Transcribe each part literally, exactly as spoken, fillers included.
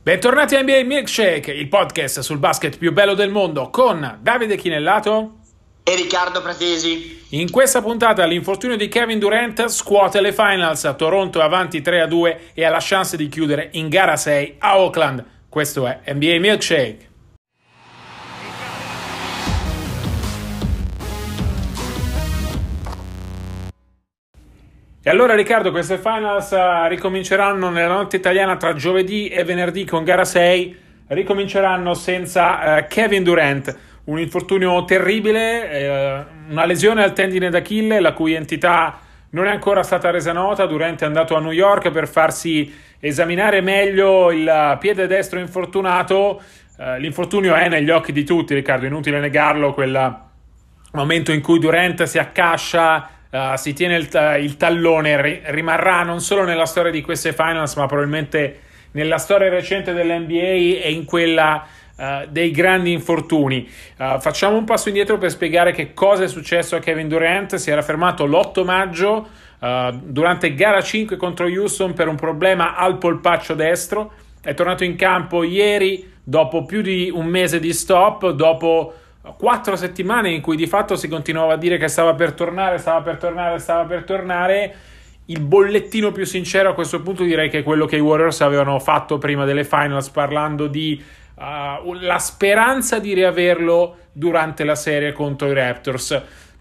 Bentornati a N B A Milkshake, il podcast sul basket più bello del mondo con Davide Chinellato e Riccardo Pratesi. In questa puntata l'infortunio di Kevin Durant scuote le finals, Toronto è avanti tre a due e ha la chance di chiudere in gara sei a Oakland. Questo è N B A Milkshake. E allora Riccardo, queste finals uh, ricominceranno nella notte italiana tra giovedì e venerdì con gara sei, ricominceranno senza uh, Kevin Durant, un infortunio terribile, uh, una lesione al tendine d'Achille la cui entità non è ancora stata resa nota. Durant è andato a New York per farsi esaminare meglio il piede destro infortunato. Uh, l'infortunio è negli occhi di tutti, Riccardo, inutile negarlo, quel momento in cui Durant si accascia, Uh, si tiene il, il tallone, ri- rimarrà non solo nella storia di queste finals ma probabilmente nella storia recente dell'N B A e in quella uh, dei grandi infortuni. Uh, facciamo un passo indietro per spiegare che cosa è successo a Kevin Durant. Si era fermato l'otto maggio uh, durante gara cinque contro Houston per un problema al polpaccio destro, è tornato in campo ieri dopo più di un mese di stop, dopo quattro settimane in cui di fatto si continuava a dire che stava per tornare, stava per tornare, stava per tornare. Il bollettino più sincero a questo punto direi che è quello che i Warriors avevano fatto prima delle finals, parlando di uh, la speranza di riaverlo durante la serie contro i Raptors.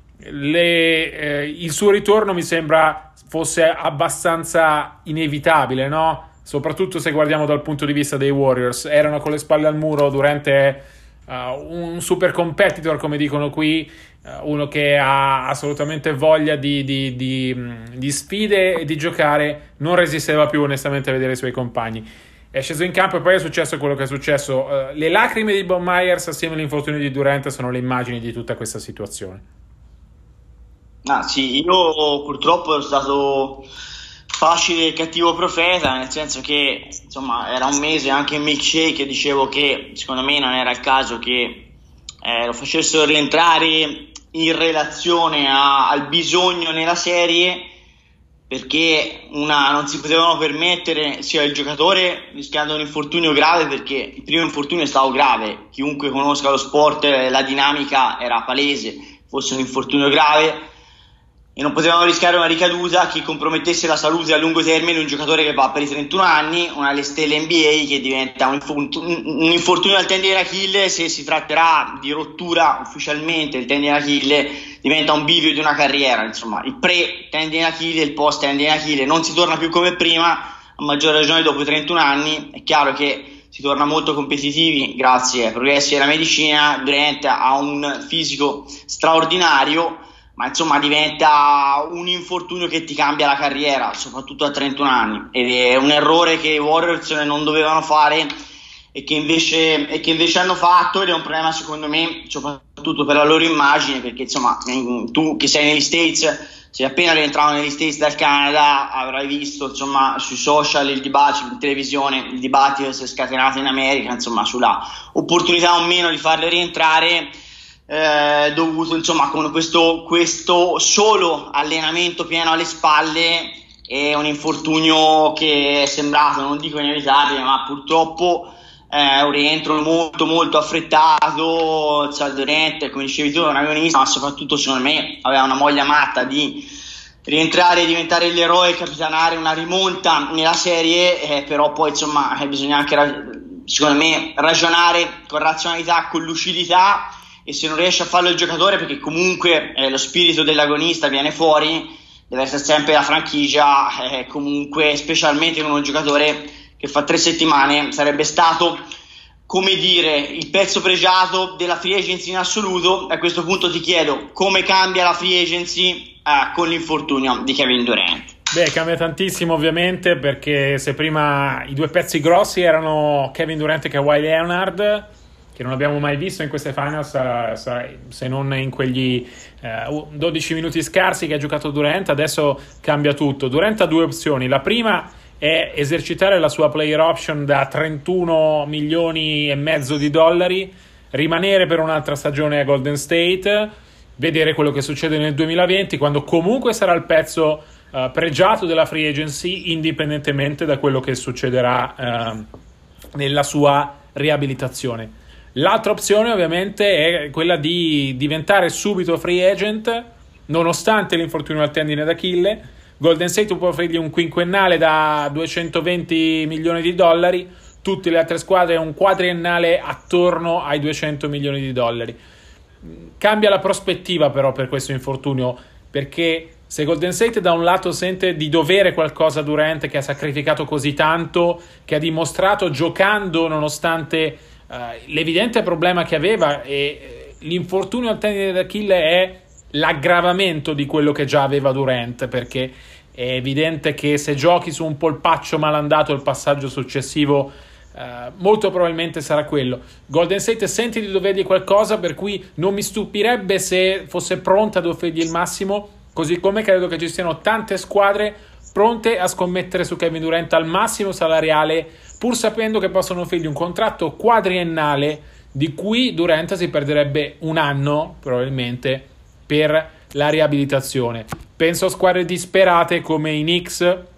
Le, eh, il suo ritorno mi sembra fosse abbastanza inevitabile, no? Soprattutto se guardiamo dal punto di vista dei Warriors. Erano con le spalle al muro durante Uh, un super competitor, come dicono qui, uh, uno che ha assolutamente voglia di, di, di, di sfide e di giocare. Non resisteva più onestamente a vedere i suoi compagni. È sceso in campo e poi è successo quello che è successo. Uh, le lacrime di Bob Myers assieme all'infortunio di Durant sono le immagini di tutta questa situazione. Ah, sì, io purtroppo ero stato facile e cattivo profeta, nel senso che insomma era un mese anche in Milkshake e dicevo che secondo me non era il caso che eh, lo facessero rientrare in relazione a, al bisogno nella serie, perché una, non si potevano permettere sia il giocatore rischiando un infortunio grave, perché il primo infortunio è stato grave, chiunque conosca lo sport la dinamica era palese, fosse un infortunio grave, e non potevamo rischiare una ricaduta che compromettesse la salute a lungo termine di un giocatore che va per i trentuno anni, una delle stelle N B A, che diventa un, un infortunio al tendine d'Achille. Se si tratterà di rottura ufficialmente il tendine d'Achille diventa un bivio di una carriera, insomma il pre tendine d'Achille e il post tendine d'Achille, non si torna più come prima, a maggior ragione dopo i trentuno anni. È chiaro che si torna molto competitivi grazie ai progressi della medicina. Durant ha un fisico straordinario, ma insomma diventa un infortunio che ti cambia la carriera, soprattutto a trentuno anni, ed è un errore che i Warriors non dovevano fare e che invece, e che invece hanno fatto, ed è un problema secondo me soprattutto per la loro immagine, perché insomma tu che sei negli States, sei appena rientrato negli States dal Canada, avrai visto insomma sui social il dibattito, in televisione il dibattito che si è scatenato in America, insomma sulla opportunità o meno di farle rientrare, Eh, dovuto insomma con questo, questo solo allenamento pieno alle spalle e un infortunio che è sembrato, non dico inevitabile, ma purtroppo eh, un rientro molto molto affrettato. Durant, come dicevi tu, è un agonista, ma soprattutto secondo me aveva una voglia matta di rientrare e diventare l'eroe e capitanare una rimonta nella serie, eh, però poi insomma eh, bisogna anche secondo me ragionare con razionalità, con lucidità. E se non riesce a farlo il giocatore, perché comunque eh, lo spirito dell'agonista viene fuori, deve essere sempre la franchigia, eh, comunque specialmente in uno giocatore che fa tre settimane sarebbe stato, come dire, il pezzo pregiato della free agency in assoluto. A questo punto ti chiedo come cambia la free agency eh, con l'infortunio di Kevin Durant. Beh, cambia tantissimo ovviamente, perché se prima i due pezzi grossi erano Kevin Durant e Kawhi Leonard, che non abbiamo mai visto in queste finals se non in quegli eh, dodici minuti scarsi che ha giocato Durant, adesso cambia tutto. Durant ha due opzioni: la prima è esercitare la sua player option da trentuno milioni e mezzo di dollari, rimanere per un'altra stagione a Golden State, vedere quello che succede nel duemilaventi, quando comunque sarà il pezzo uh, pregiato della free agency, indipendentemente da quello che succederà uh, nella sua riabilitazione. L'altra opzione ovviamente è quella di diventare subito free agent nonostante l'infortunio al tendine d'Achille. Golden State può offrirgli un quinquennale da duecentoventi milioni di dollari, tutte le altre squadre un quadriennale attorno ai duecento milioni di dollari. Cambia la prospettiva però per questo infortunio, perché se Golden State da un lato sente di dovere qualcosa a Durant, che ha sacrificato così tanto, che ha dimostrato giocando nonostante uh, l'evidente problema che aveva, e l'infortunio al tendine d'Achille è l'aggravamento di quello che già aveva Durant, perché è evidente che se giochi su un polpaccio malandato il passaggio successivo uh, molto probabilmente sarà quello. Golden State sente di dovergli qualcosa, per cui non mi stupirebbe se fosse pronta ad offrirgli il massimo, così come credo che ci siano tante squadre pronte a scommettere su Kevin Durant al massimo salariale, pur sapendo che possono offrirgli un contratto quadriennale di cui Durant si perderebbe un anno probabilmente per la riabilitazione. Penso a squadre disperate come i Knicks,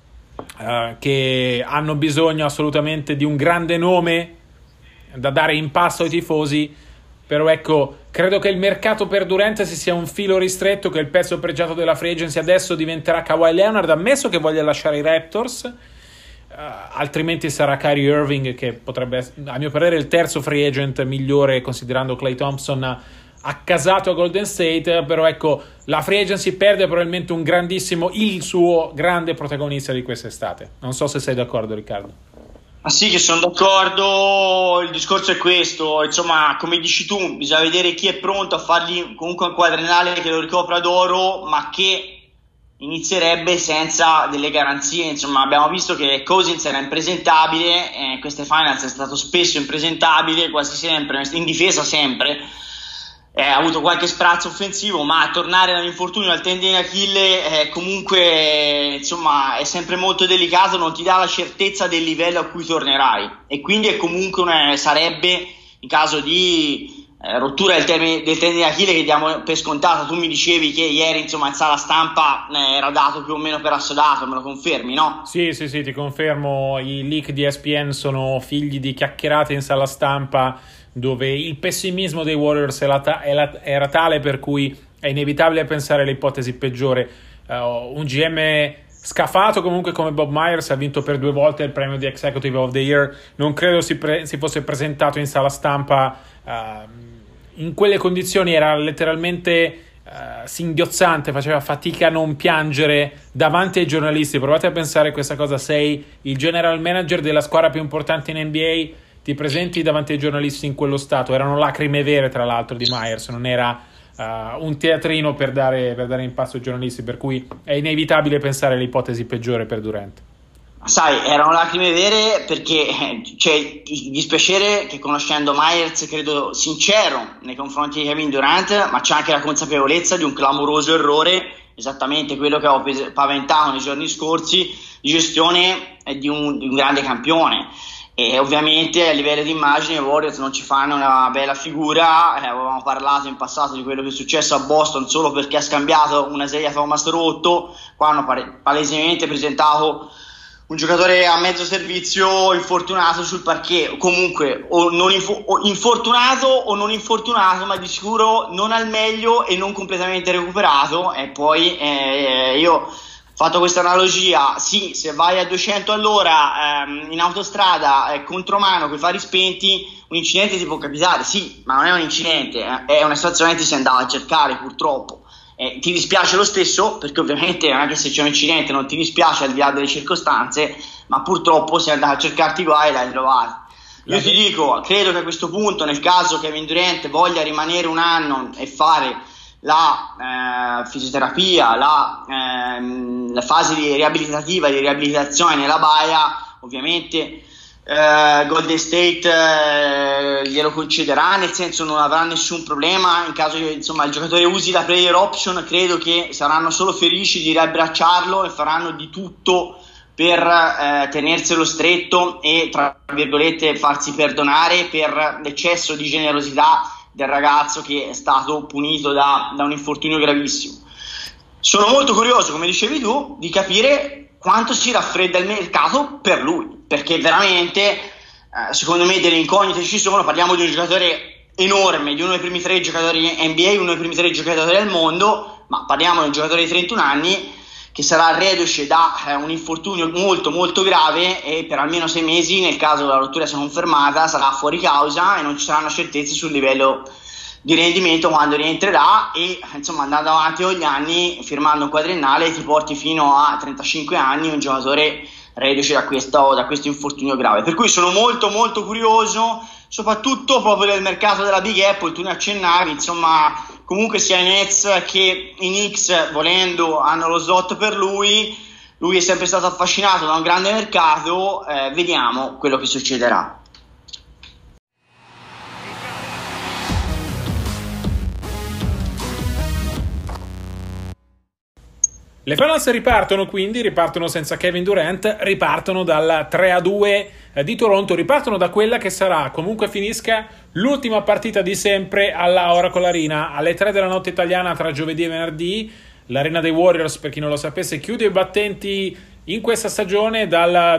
uh, che hanno bisogno assolutamente di un grande nome da dare in pasto ai tifosi, però ecco, credo che il mercato per Durant si sia un filo ristretto, che il pezzo pregiato della free agency adesso diventerà Kawhi Leonard, ammesso che voglia lasciare i Raptors, uh, altrimenti sarà Kyrie Irving, che potrebbe, a mio parere, il terzo free agent migliore considerando Klay Thompson accasato a Golden State. Però ecco, la free agency perde probabilmente un grandissimo, il suo grande protagonista di quest'estate. Non so se sei d'accordo, Riccardo. Ah sì, che sono d'accordo, il discorso è questo, insomma, come dici tu, bisogna vedere chi è pronto a fargli comunque un quadriennale che lo ricopra d'oro, ma che inizierebbe senza delle garanzie. Insomma, abbiamo visto che Cousins era impresentabile, eh, queste finals è stato spesso impresentabile, quasi sempre, in difesa sempre, eh, ha avuto qualche sprazzo offensivo, ma tornare dall'infortunio al tendine Achille eh, comunque insomma è sempre molto delicato, non ti dà la certezza del livello a cui tornerai, e quindi è comunque una, sarebbe in caso di eh, rottura del, termine, del tendine Achille, che diamo per scontato. Tu mi dicevi che ieri insomma in sala stampa eh, era dato più o meno per assodato, me lo confermi, no? Sì, sì, sì, ti confermo, i leak di E S P N sono figli di chiacchierate in sala stampa, dove il pessimismo dei Warriors era tale per cui è inevitabile pensare all'ipotesi peggiore. Uh, un G M scafato comunque come Bob Myers ha vinto per due volte il premio di Executive of the Year, non credo si, pre- si fosse presentato in sala stampa uh, in quelle condizioni, era letteralmente uh, singhiozzante, faceva fatica a non piangere davanti ai giornalisti. Provate a pensare questa cosa, sei il general manager della squadra più importante in N B A, ti presenti davanti ai giornalisti in quello stato. Erano lacrime vere, tra l'altro, di Myers, non era uh, un teatrino per dare, per dare in pasto ai giornalisti, per cui è inevitabile pensare all'ipotesi peggiore per Durant. Sai, erano lacrime vere perché c'è il dispiacere che, conoscendo Myers, credo sincero nei confronti di Kevin Durant, ma c'è anche la consapevolezza di un clamoroso errore, esattamente quello che avevo paventato nei giorni scorsi, di gestione di un, di un grande campione. E ovviamente a livello di immagine i Warriors non ci fanno una bella figura. Eh, avevamo parlato in passato di quello che è successo a Boston solo perché ha scambiato una Isaiah Thomas rotto, qua hanno pare- palesemente presentato un giocatore a mezzo servizio infortunato sul parquet, comunque o non info- o infortunato o non infortunato, ma di sicuro non al meglio e non completamente recuperato. E poi eh, io fatto questa analogia, sì, se vai a duecento all'ora ehm, in autostrada eh, contromano con i fari spenti, un incidente ti può capitare, sì, ma non è un incidente, eh, è una situazione che ti sei andato a cercare, purtroppo. Eh, ti dispiace lo stesso, perché ovviamente non è che se c'è un incidente non ti dispiace al di là delle circostanze, ma purtroppo sei andato a cercarti guai e l'hai trovato. Io ti dico, credo che a questo punto, nel caso Kevin Durant voglia rimanere un anno e fare la eh, fisioterapia, la, ehm, la fase di riabilitativa, di riabilitazione nella baia, ovviamente eh, Golden State eh, glielo concederà, nel senso non avrà nessun problema in caso che insomma il giocatore usi la player option. Credo che saranno solo felici di riabbracciarlo e faranno di tutto per eh, tenerselo stretto e, tra virgolette, farsi perdonare per l'eccesso di generosità del ragazzo che è stato punito da, da un infortunio gravissimo. Sono molto curioso, come dicevi tu, di capire quanto si raffredda il mercato per lui, perché veramente eh, secondo me delle incognite ci sono. Parliamo di un giocatore enorme, di uno dei primi tre giocatori N B A, uno dei primi tre giocatori del mondo, ma parliamo di un giocatore di trentuno anni che sarà reduce da eh, un infortunio molto molto grave e per almeno sei mesi, nel caso la rottura sia confermata, sarà fuori causa e non ci saranno certezze sul livello di rendimento quando rientrerà. E insomma, andando avanti con gli anni, firmando un quadriennale ti porti fino a trentacinque anni un giocatore reduce da questo, da questo infortunio grave, per cui sono molto molto curioso, soprattutto proprio del mercato della Big Apple. Tu ne accennavi, insomma, comunque sia i Nets che i Knicks, volendo, hanno lo slot per lui. Lui è sempre stato affascinato da un grande mercato, eh, vediamo quello che succederà. Le Finals ripartono quindi, ripartono senza Kevin Durant, ripartono dal tre a due di Toronto, ripartono da quella che sarà, comunque finisca, l'ultima partita di sempre alla Oracle Arena, alle tre della notte italiana tra giovedì e venerdì. L'arena dei Warriors, per chi non lo sapesse, chiude i battenti in questa stagione dal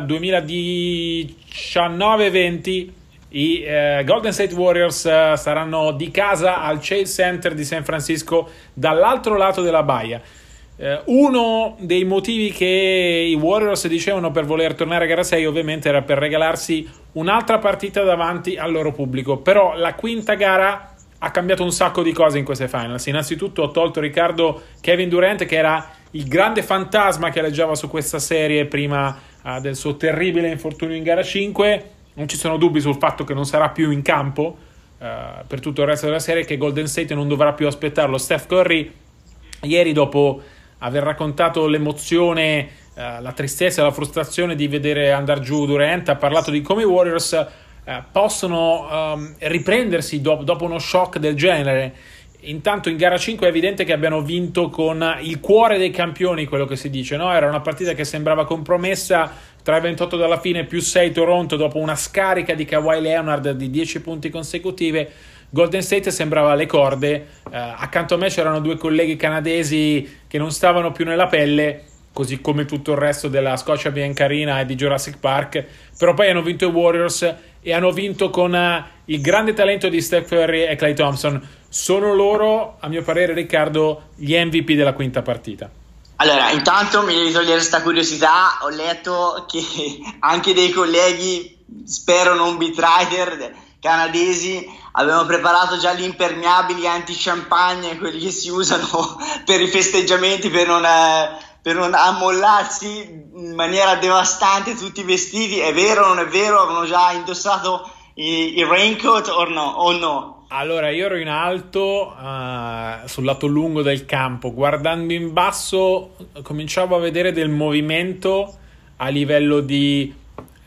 duemiladiciannove venti. I eh, Golden State Warriors eh, saranno di casa al Chase Center di San Francisco, dall'altro lato della baia. Uh, uno dei motivi che i Warriors dicevano per voler tornare a gara sei ovviamente era per regalarsi un'altra partita davanti al loro pubblico, però la quinta gara ha cambiato un sacco di cose in queste finals. Innanzitutto ho tolto Riccardo Kevin Durant, che era il grande fantasma che aleggiava su questa serie prima uh, del suo terribile infortunio in gara cinque. Non ci sono dubbi sul fatto che non sarà più in campo uh, per tutto il resto della serie, che Golden State non dovrà più aspettarlo. Steph Curry ieri, dopo aver raccontato l'emozione, eh, la tristezza e la frustrazione di vedere andare giù Durant, ha parlato di come i Warriors eh, possono um, riprendersi do- dopo uno shock del genere. Intanto in gara cinque è evidente che abbiano vinto con il cuore dei campioni, quello che si dice, no? Era una partita che sembrava compromessa, tre ventotto dalla fine più sei Toronto dopo una scarica di Kawhi Leonard di dieci punti consecutive. Golden State sembrava alle corde, eh, accanto a me c'erano due colleghi canadesi che non stavano più nella pelle, così come tutto il resto della Scotia Biancarina e di Jurassic Park, però poi hanno vinto i Warriors e hanno vinto con uh, il grande talento di Steph Curry e Klay Thompson. Sono loro, a mio parere, Riccardo, gli M V P della quinta partita. Allora, intanto mi devi togliere questa curiosità. Ho letto che anche dei colleghi, spero non beatwriter, canadesi, avevano preparato già gli impermeabili anti-champagne, quelli che si usano per i festeggiamenti, per non, eh, per non ammollarsi in maniera devastante tutti i vestiti. È vero o non è vero? Avevano già indossato i, i raincoat o no? O no? Allora, io ero in alto, uh, sul lato lungo del campo. Guardando in basso cominciavo a vedere del movimento a livello di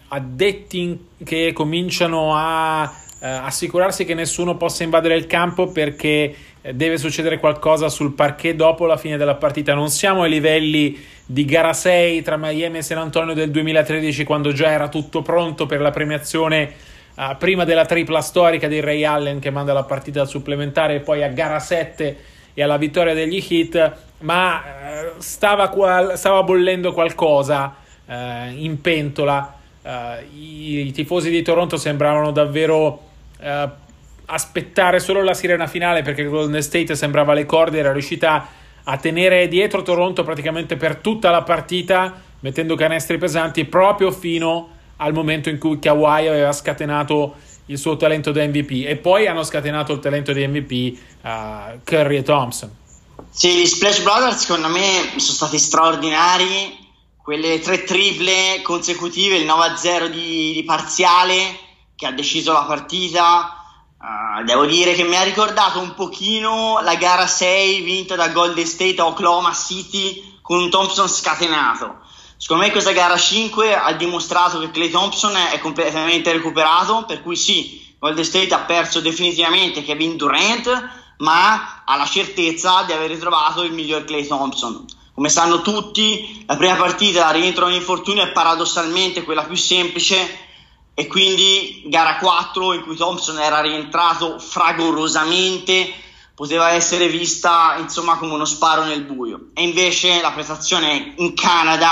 addetti che cominciano a Uh, assicurarsi che nessuno possa invadere il campo, perché deve succedere qualcosa sul parquet dopo la fine della partita. Non siamo ai livelli di gara sei tra Miami e San Antonio del duemilatredici, quando già era tutto pronto per la premiazione uh, prima della tripla storica di Ray Allen che manda la partita al supplementare, e poi a gara sette e alla vittoria degli Heat, ma uh, stava, qual- stava bollendo qualcosa uh, in pentola. Uh, i, i tifosi di Toronto sembravano davvero Uh, aspettare solo la sirena finale, perché Golden State sembrava alle corde, era riuscita a tenere dietro Toronto praticamente per tutta la partita, mettendo canestri pesanti proprio fino al momento in cui Kawhi aveva scatenato il suo talento da M V P, e poi hanno scatenato il talento di M V P uh, Curry e Thompson. Sì, gli Splash Brothers secondo me sono stati straordinari, quelle tre triple consecutive, il nove a zero di, di parziale che ha deciso la partita. Uh, devo dire che mi ha ricordato un pochino la gara sei vinta da Golden State a Oklahoma City con un Thompson scatenato. Secondo me questa gara cinque ha dimostrato che Klay Thompson è completamente recuperato, per cui sì, Golden State ha perso definitivamente Kevin Durant, ma ha la certezza di aver ritrovato il miglior Klay Thompson. Come sanno tutti, la prima partita da rientro all'infortunio è paradossalmente quella più semplice, e quindi gara quattro, in cui Thompson era rientrato fragorosamente, poteva essere vista insomma come uno sparo nel buio. E invece la prestazione in Canada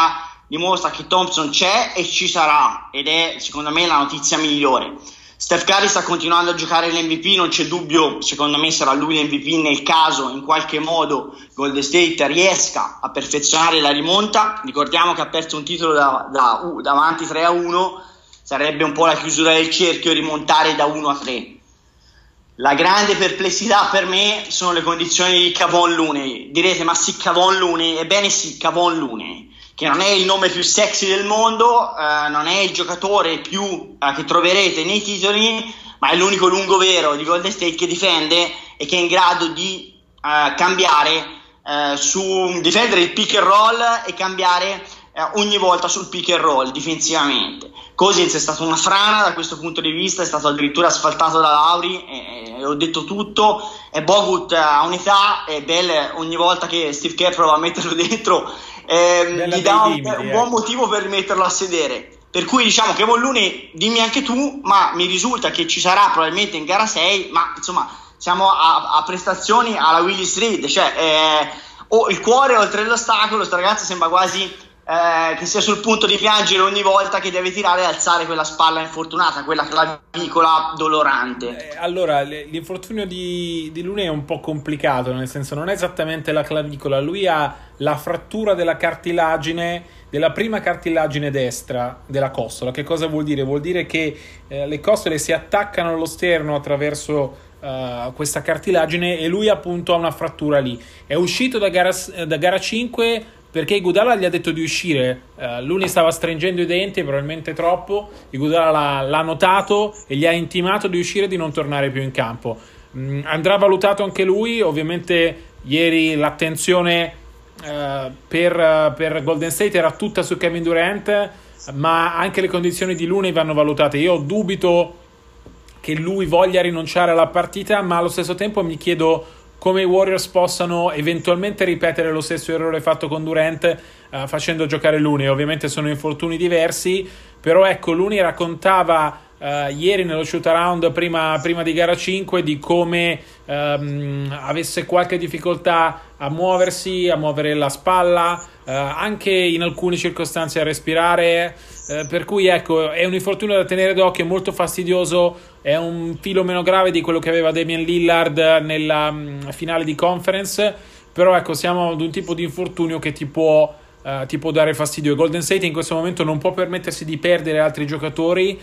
dimostra che Thompson c'è e ci sarà, ed è secondo me la notizia migliore. Steph Curry sta continuando a giocare l'M V P, non c'è dubbio, secondo me sarà lui l'M V P nel caso in qualche modo Golden State riesca a perfezionare la rimonta. Ricordiamo che ha perso un titolo da, da, uh, davanti tre a uno, sarebbe un po' la chiusura del cerchio rimontare da uno a tre. La grande perplessità per me sono le condizioni di Kevon Looney. Direte, ma sì, Kevon Looney? Ebbene sì, Kevon Looney, che non è il nome più sexy del mondo, eh, non è il giocatore più eh, che troverete nei titoli, ma è l'unico lungo vero di Golden State che difende e che è in grado di eh, cambiare eh, su difendere il pick and roll e cambiare eh, ogni volta sul pick and roll difensivamente. Cousins è stato una frana da questo punto di vista, è stato addirittura asfaltato da Lauri, e, e ho detto tutto. E Bogut ha un'età, e Bell ogni volta che Steve Kerr prova a metterlo dentro eh, gli dà un, limiti, un buon motivo per rimetterlo a sedere. Per cui diciamo che Kevon Looney, dimmi anche tu, ma mi risulta che ci sarà probabilmente in gara sei, ma insomma siamo a, a prestazioni alla Willis Reed, cioè eh, o il cuore oltre l'ostacolo, sto ragazzo sembra quasi Eh, che sia sul punto di piangere ogni volta che deve tirare e alzare quella spalla infortunata, quella clavicola dolorante. Eh, allora, l'infortunio di, di Looney è un po' complicato, nel senso non è esattamente la clavicola, lui ha la frattura della cartilagine, della prima cartilagine destra della costola. Che cosa vuol dire? Vuol dire che eh, le costole si attaccano allo sterno attraverso Uh, questa cartilagine, e lui appunto ha una frattura lì. È uscito da gara, da gara cinque perché Iguodala gli ha detto di uscire. uh, Looney stava stringendo i denti, probabilmente troppo. Iguodala l'ha, l'ha notato e gli ha intimato di uscire e di non tornare più in campo. mm, andrà valutato anche lui. Ovviamente ieri l'attenzione uh, per, per Golden State era tutta su Kevin Durant, ma anche le condizioni di Looney vanno valutate. Io dubito che lui voglia rinunciare alla partita, ma allo stesso tempo mi chiedo come i Warriors possano eventualmente ripetere lo stesso errore fatto con Durant, eh, facendo giocare Looney. Ovviamente sono infortuni diversi, però ecco, Looney raccontava eh, ieri nello shoot around prima, prima di gara cinque di come ehm, avesse qualche difficoltà a muoversi, a muovere la spalla, eh, anche in alcune circostanze a respirare. Eh, per cui ecco, è un infortunio da tenere d'occhio, è molto fastidioso, è un filo meno grave di quello che aveva Damian Lillard nella mh, finale di conference, però ecco, siamo ad un tipo di infortunio che ti può, uh, ti può dare fastidio. E Golden State in questo momento non può permettersi di perdere altri giocatori.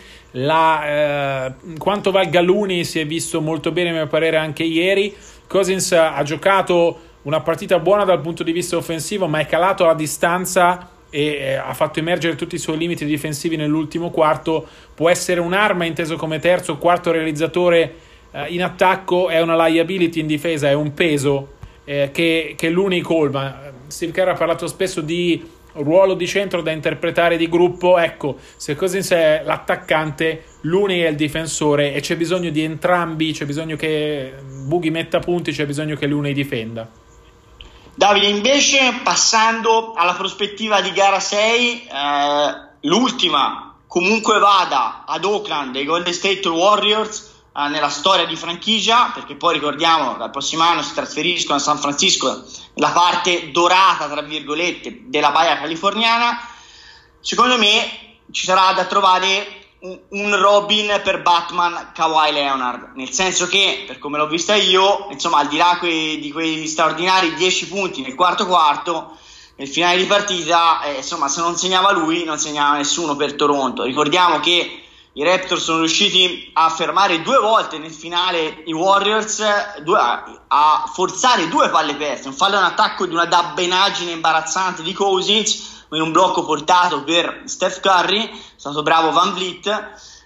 La, uh, quanto valga Looney si è visto molto bene, a mio parere, anche ieri. Cousins ha giocato una partita buona dal punto di vista offensivo, ma è calato alla distanza e ha fatto emergere tutti i suoi limiti difensivi nell'ultimo quarto. Può essere un'arma inteso come terzo o quarto realizzatore eh, in attacco, è una liability in difesa, è un peso eh, che, che Looney colma. Steve Kerr ha parlato spesso di ruolo di centro da interpretare di gruppo. Ecco, se Cousins è l'attaccante, Looney è il difensore, e c'è bisogno di entrambi, c'è bisogno che Boogie metta punti, c'è bisogno che Looney difenda. Davide, invece, passando alla prospettiva di gara sei, eh, l'ultima comunque vada ad Oakland dei Golden State Warriors eh, nella storia di franchigia, perché poi ricordiamo dal prossimo anno si trasferiscono a San Francisco, la parte dorata tra virgolette della baia californiana. Secondo me ci sarà da trovare un Robin per Batman Kawhi Leonard, nel senso che, per come l'ho vista io, insomma, al di là que- di quei straordinari dieci punti nel quarto quarto, nel finale di partita, eh, insomma, se non segnava lui non segnava nessuno per Toronto. Ricordiamo che i Raptors sono riusciti a fermare due volte nel finale i Warriors, due, a forzare due palle perse, un fallo in attacco di una dabbenaggine imbarazzante di Cousins in un blocco portato per Steph Curry. È stato bravo Van Vliet eh,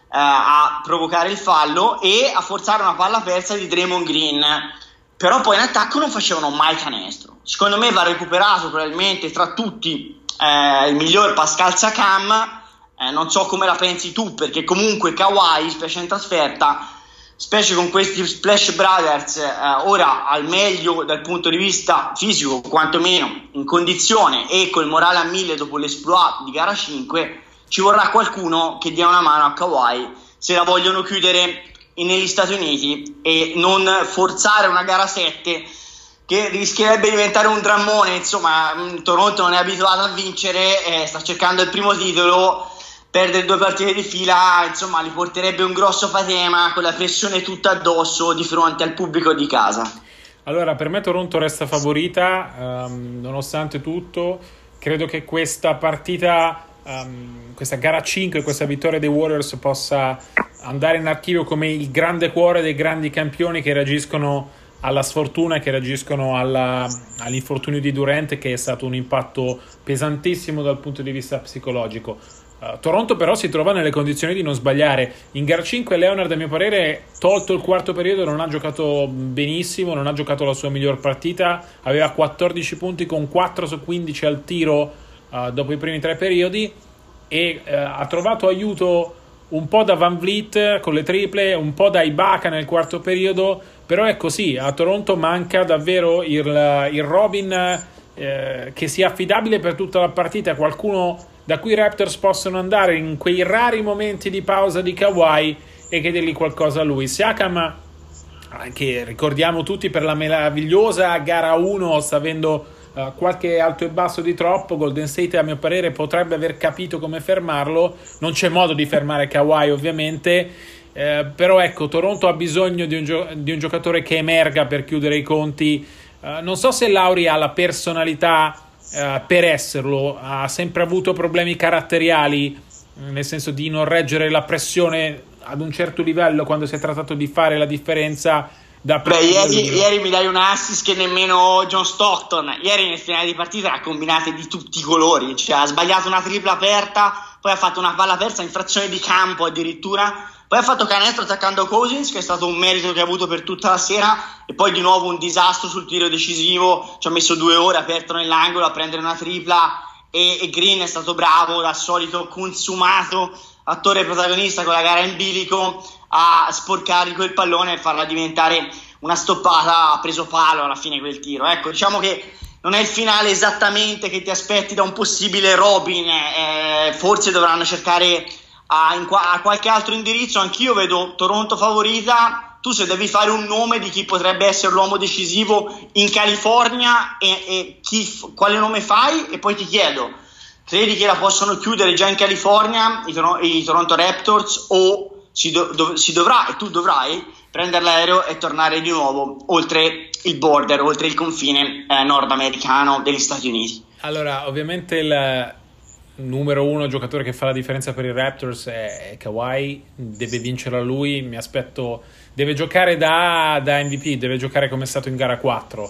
a provocare il fallo e a forzare una palla persa di Draymond Green, però poi in attacco non facevano mai canestro. Secondo me va recuperato probabilmente tra tutti eh, il miglior Pascal Siakam. Eh, non so come la pensi tu, perché comunque Kawhi, specie in trasferta, specie con questi Splash Brothers, eh, ora al meglio dal punto di vista fisico, quantomeno in condizione e col morale a mille dopo l'esploit di gara cinque, ci vorrà qualcuno che dia una mano a Kawhi se la vogliono chiudere negli Stati Uniti e non forzare una gara sette che rischierebbe di diventare un drammone. Insomma, Toronto non è abituato a vincere, eh, sta cercando il primo titolo, perdere due partite di fila, insomma, gli porterebbe un grosso patema con la pressione tutta addosso di fronte al pubblico di casa. Allora, per me Toronto resta favorita, um, nonostante tutto. Credo che questa partita, um, questa gara cinque, questa vittoria dei Warriors possa andare in archivio come il grande cuore dei grandi campioni che reagiscono alla sfortuna, che reagiscono alla, all'infortunio di Durant, che è stato un impatto pesantissimo dal punto di vista psicologico. Uh, Toronto però si trova nelle condizioni di non sbagliare. In gara cinque Leonard, a mio parere, tolto il quarto periodo, non ha giocato benissimo, non ha giocato la sua miglior partita, aveva quattordici punti con quattro su quindici al tiro uh, dopo i primi tre periodi, e uh, ha trovato aiuto un po' da Van Vliet con le triple, un po' da Ibaka nel quarto periodo, però è così, a Toronto manca davvero il, il Robin eh, che sia affidabile per tutta la partita, qualcuno da cui i Raptors possono andare in quei rari momenti di pausa di Kawhi e chiedergli qualcosa a lui. Siakam, che ricordiamo tutti per la meravigliosa gara uno, sta avendo uh, qualche alto e basso di troppo. Golden State, a mio parere, potrebbe aver capito come fermarlo. Non c'è modo di fermare Kawhi, ovviamente, eh, però ecco, Toronto ha bisogno di un, gio- di un giocatore che emerga per chiudere i conti. Uh, non so se Lauri ha la personalità Uh, per esserlo, ha sempre avuto problemi caratteriali, nel senso di non reggere la pressione ad un certo livello quando si è trattato di fare la differenza da Beh, ieri, ieri mi dai un assist che nemmeno John Stockton. Ieri nel finale di partita ha combinate di tutti i colori, cioè ha sbagliato una tripla aperta, poi ha fatto una palla persa in frazione di campo addirittura, poi ha fatto canestro attaccando Cousins, che è stato un merito che ha avuto per tutta la sera, e poi di nuovo un disastro sul tiro decisivo. Ci ha messo due ore aperto nell'angolo a prendere una tripla, e, e Green è stato bravo, dal solito consumato attore protagonista con la gara in bilico, a sporcargli quel pallone e farla diventare una stoppata. Ha preso palo alla fine quel tiro. Ecco, diciamo che non è il finale esattamente che ti aspetti da un possibile Robin, eh, forse dovranno cercare a, in, a qualche altro indirizzo. Anch'io vedo Toronto favorita. Tu, se devi fare un nome di chi potrebbe essere l'uomo decisivo in California, e, e chi, quale nome fai? E poi ti chiedo, credi che la possono chiudere già in California i, i Toronto Raptors, o si, do, do, si dovrà, e tu dovrai prendere l'aereo e tornare di nuovo oltre il border, oltre il confine eh, nordamericano degli Stati Uniti? Allora, ovviamente il numero uno giocatore che fa la differenza per i Raptors è, è Kawhi, deve vincerla lui. Mi aspetto, deve giocare da, da M V P, deve giocare come è stato in gara quattro.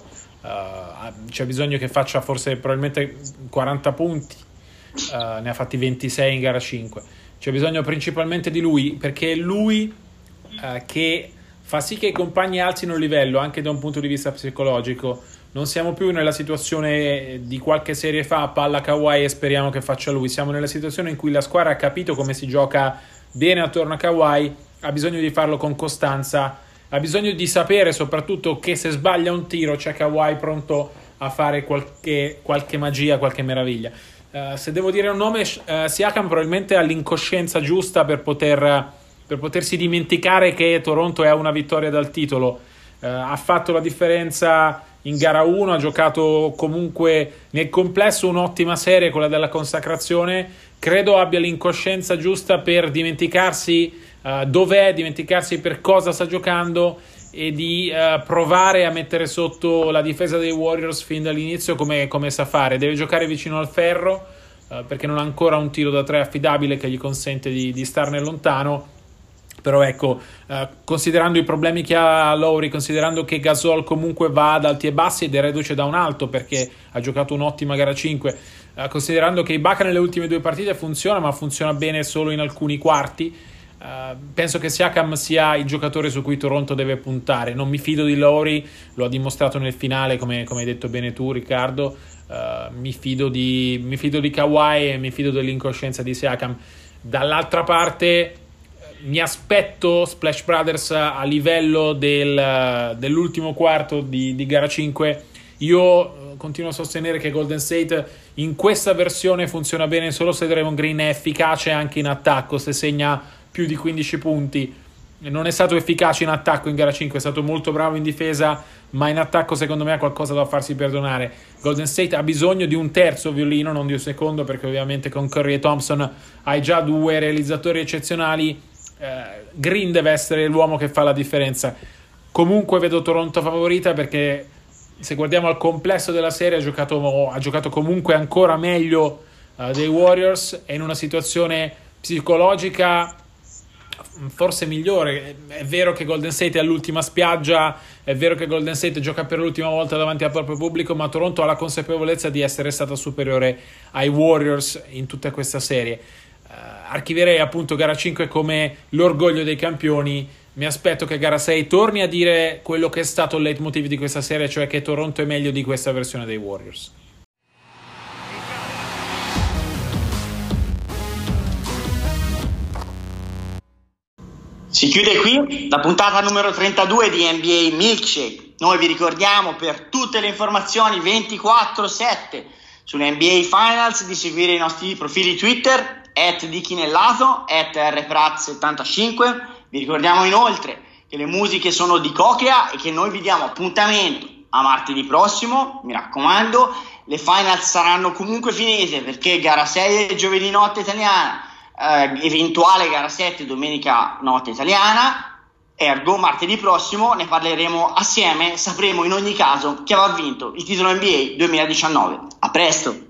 Uh, c'è bisogno che faccia forse probabilmente quaranta punti, uh, ne ha fatti ventisei in gara cinque. C'è bisogno principalmente di lui, perché è lui uh, che fa sì che i compagni alzino il livello anche da un punto di vista psicologico. Non siamo più nella situazione di qualche serie fa, palla Kawhi e speriamo che faccia lui. Siamo nella situazione in cui la squadra ha capito come si gioca bene attorno a Kawhi, ha bisogno di farlo con costanza, ha bisogno di sapere soprattutto che se sbaglia un tiro c'è Kawhi pronto a fare qualche, qualche magia, qualche meraviglia. Uh, se devo dire un nome, uh, Siakam probabilmente ha l'incoscienza giusta per poter, per potersi dimenticare che Toronto è a una vittoria dal titolo. Uh, ha fatto la differenza in gara uno, ha giocato comunque nel complesso un'ottima serie, quella della consacrazione. Credo abbia l'incoscienza giusta per dimenticarsi uh, dov'è, dimenticarsi per cosa sta giocando, e di uh, provare a mettere sotto la difesa dei Warriors fin dall'inizio come, come sa fare. Deve giocare vicino al ferro, uh, perché non ha ancora un tiro da tre affidabile che gli consente di, di starne lontano. Però ecco, uh, considerando i problemi che ha Lowry, considerando che Gasol comunque va ad alti e bassi ed è reduce da un alto perché ha giocato un'ottima gara cinque, uh, considerando che Ibaka nelle ultime due partite funziona, ma funziona bene solo in alcuni quarti, uh, penso che Siakam sia il giocatore su cui Toronto deve puntare. Non mi fido di Lowry, lo ha dimostrato nel finale, come, come hai detto bene tu, Riccardo. Uh, mi fido di, mi fido di Kawhi e mi fido dell'incoscienza di Siakam. Dall'altra parte mi aspetto Splash Brothers a livello del, dell'ultimo quarto di, di gara cinque. Io continuo a sostenere che Golden State in questa versione funziona bene solo se Draymond Green è efficace anche in attacco, se segna più di quindici punti. non è stato efficace in attacco in gara cinque, è stato molto bravo in difesa, ma in attacco secondo me ha qualcosa da farsi perdonare. Golden State ha bisogno di un terzo violino, non di un secondo, perché ovviamente con Curry e Thompson hai già due realizzatori eccezionali. eh, Green deve essere l'uomo che fa la differenza. Comunque vedo Toronto favorita, perché se guardiamo al complesso della serie ha giocato, ha giocato comunque ancora meglio uh, dei Warriors, e in una situazione psicologica forse migliore. È vero che Golden State è all'ultima spiaggia, è vero che Golden State gioca per l'ultima volta davanti al proprio pubblico, ma Toronto ha la consapevolezza di essere stata superiore ai Warriors in tutta questa serie. uh, archivierei appunto gara cinque come l'orgoglio dei campioni. Mi aspetto che gara sei torni a dire quello che è stato il leitmotiv di questa serie, cioè che Toronto è meglio di questa versione dei Warriors. Si chiude qui la puntata numero trentadue di N B A Milkshake. Noi vi ricordiamo, per tutte le informazioni ventiquattro sette sulle N B A Finals, di seguire i nostri profili Twitter at dichinellato, at rprat settantacinque. Vi ricordiamo inoltre che le musiche sono di Coclea e che noi vi diamo appuntamento a martedì prossimo. Mi raccomando, le Finals saranno comunque finite, perché gara sei è giovedì notte italiana, eh, eventuale gara sette domenica notte italiana, ergo martedì prossimo ne parleremo assieme, sapremo in ogni caso chi avrà vinto il titolo N B A duemiladiciannove. A presto!